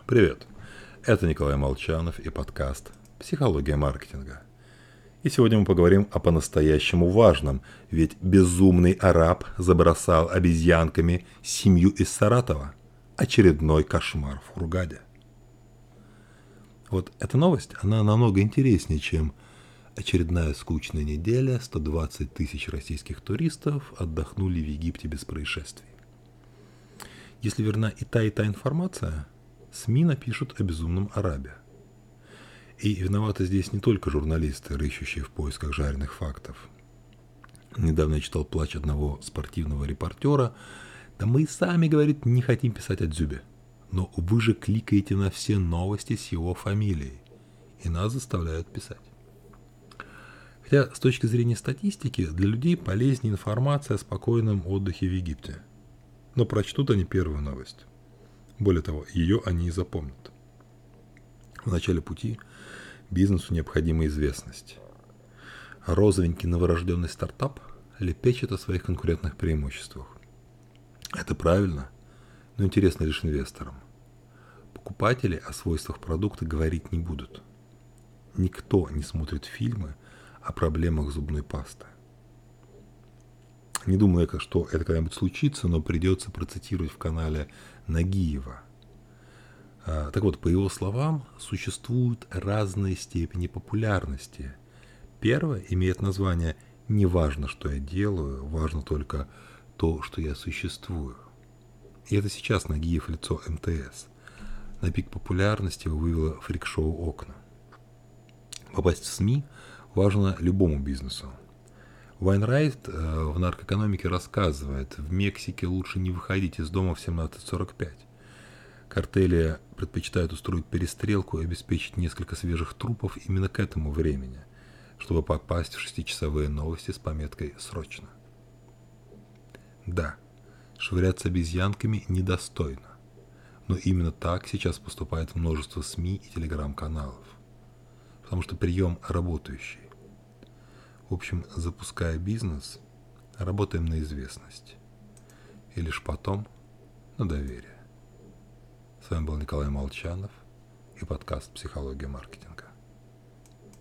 Привет, это Николай Молчанов и подкаст «Психология маркетинга». И сегодня мы поговорим о по-настоящему важном, ведь безумный араб забросал обезьянками семью из Саратова. Очередной кошмар в Хургаде. Вот эта новость, она намного интереснее, чем очередная скучная неделя, 120 тысяч российских туристов отдохнули в Египте без происшествий. Если верна и та информация, СМИ напишут о безумном арабе. И виноваты здесь не только журналисты, рыщущие в поисках жареных фактов. Недавно я читал плач одного спортивного репортера. Да мы и сами, говорит, не хотим писать о Дзюбе. Но вы же кликаете на все новости с его фамилией. И нас заставляют писать. Хотя с точки зрения статистики для людей полезнее информация о спокойном отдыхе в Египте. Но прочтут они первую новость. Более того, ее они и запомнят. В начале пути бизнесу необходима известность. А розовенький новорожденный стартап лепечет о своих конкурентных преимуществах. Это правильно, но интересно лишь инвесторам. Покупатели о свойствах продукта говорить не будут. Никто не смотрит фильмы о проблемах зубной пасты. Не думаю, что это когда-нибудь случится, но придется процитировать в канале Нагиева. Так вот, по его словам, существуют разные степени популярности. Первая имеет название «Не важно, что я делаю, важно только то, что я существую». И это сейчас Нагиев лицо МТС. На пик популярности его вывело фрик-шоу «Окна». Попасть в СМИ важно любому бизнесу. Вайнрайт в наркоэкономике рассказывает, в Мексике лучше не выходить из дома в 17:45. Картели предпочитают устроить перестрелку и обеспечить несколько свежих трупов именно к этому времени, чтобы попасть в 6-часовые новости с пометкой «Срочно». Да, швыряться обезьянками недостойно, но именно так сейчас поступает множество СМИ и телеграм-каналов, потому что прием работающий. В общем, запуская бизнес, работаем на известность. И лишь потом на доверие. С вами был Николай Молчанов и подкаст «Психология маркетинга».